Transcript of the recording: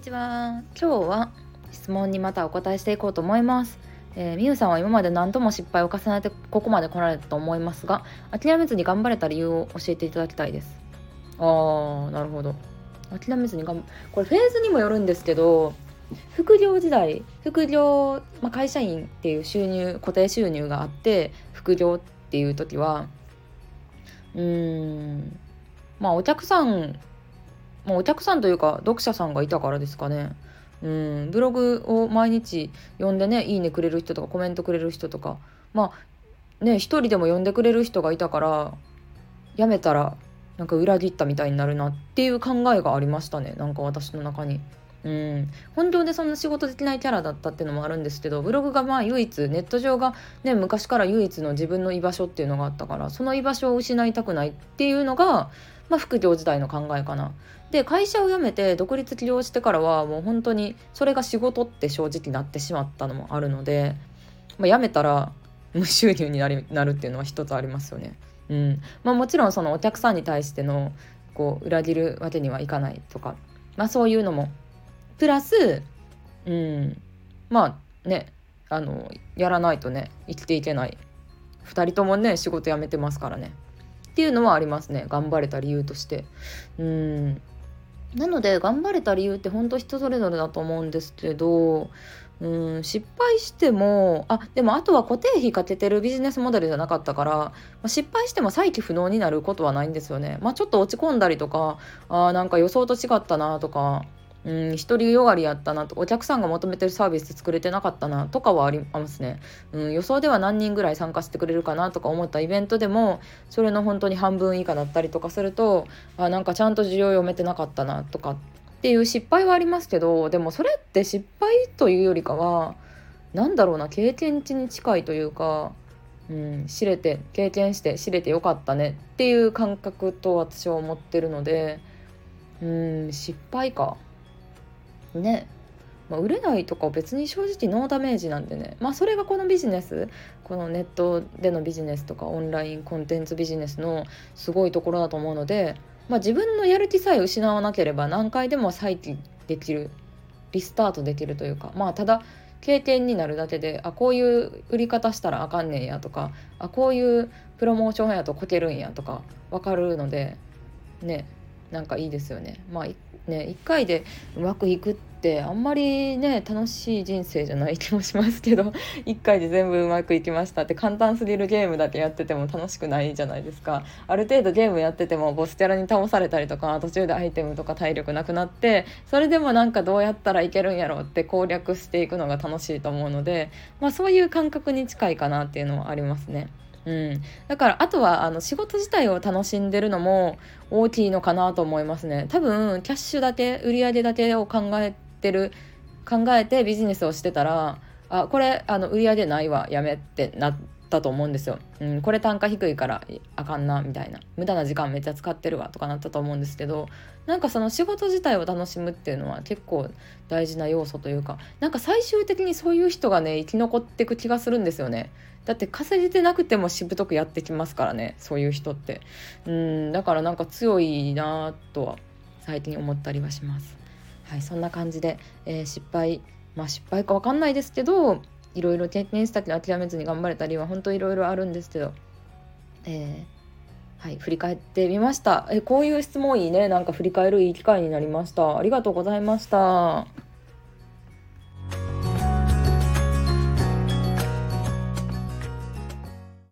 にちは。今日は質問にまたお答えしていこうと思います。みゆさんは今まで何度も失敗を重ねてここまで来られたと思いますが、諦めずに頑張れた理由を教えていただきたいです。なるほど。諦めずにこれフェーズにもよるんですけど、副業時代、会社員っていう固定収入があって副業っていう時は、お客さんお客さんというか読者さんがいたからですかね。ブログを毎日読んでね、いいねくれる人とかコメントくれる人とか、一人でも読んでくれる人がいたから、やめたらなんか裏切ったみたいになるなっていう考えがありましたね、なんか私の中に。本業でそんな仕事できないキャラだったっていうのもあるんですけど、ブログが唯一、ネット上がね、昔から唯一の自分の居場所っていうのがあったから、その居場所を失いたくないっていうのが、副業時代の考えかな。で、会社を辞めて独立起業してからはもう本当にそれが仕事って正直なってしまったのもあるので、辞めたら無収入になるっていうのは一つありますよね。もちろんそのお客さんに対しての裏切るわけにはいかないとか、そういうのもプラス、やらないとね生きていけない。2人ともね仕事辞めてますからねっていうのはありますね、頑張れた理由として。なので頑張れた理由って本当人それぞれだと思うんですけど、失敗してもでもあとは固定費かけてるビジネスモデルじゃなかったから、失敗しても再起不能になることはないんですよね。ちょっと落ち込んだりとか、なんか予想と違ったなとか、独りよがりやったなと、お客さんが求めてるサービス作れてなかったなとかはありますね。予想では何人ぐらい参加してくれるかなとか思ったイベントでも、それの本当に半分以下だったりとかすると、なんかちゃんと需要読めてなかったなとかっていう失敗はありますけど、でもそれって失敗というよりかは経験値に近いというか、経験して知れてよかったねっていう感覚と私は思ってるので、失敗かね。売れないとか別に正直ノーダメージなんでね、それがこのビジネス、このネットでのビジネスとかオンラインコンテンツビジネスのすごいところだと思うので、自分のやる気さえ失わなければ何回でも再起できる、リスタートできるというか、ただ経験になるだけで、こういう売り方したらあかんねんやとか、こういうプロモーションやとこけるんやとか分かるのでね、なんかいいですよね。一回でうまくいくってあんまりね楽しい人生じゃない気もしますけど一回で全部うまくいきましたって簡単すぎるゲームだけやってても楽しくないじゃないですか。ある程度ゲームやっててもボスキャラに倒されたりとか、途中でアイテムとか体力なくなって、それでもなんかどうやったらいけるんやろうって攻略していくのが楽しいと思うので、そういう感覚に近いかなっていうのはありますね。だからあとは仕事自体を楽しんでるのも大きいのかなと思いますね。多分キャッシュだけ、売上だけを考えてビジネスをしてたら、これ売上ないわやめってなったと思うんですよ。これ単価低いからあかんなみたいな、無駄な時間めっちゃ使ってるわとかなったと思うんですけど、なんかその仕事自体を楽しむっていうのは結構大事な要素というか、なんか最終的にそういう人がね生き残っていく気がするんですよね。だって稼げてなくてもしぶとくやってきますからね、そういう人って。だからなんか強いなとは最近思ったりはします。はい、そんな感じで、失敗か分かんないですけど、いろいろ経験したけど諦めずに頑張れたりは本当いろいろあるんですけど、振り返ってみました。こういう質問いいね。なんか振り返るいい機会になりました。ありがとうございました。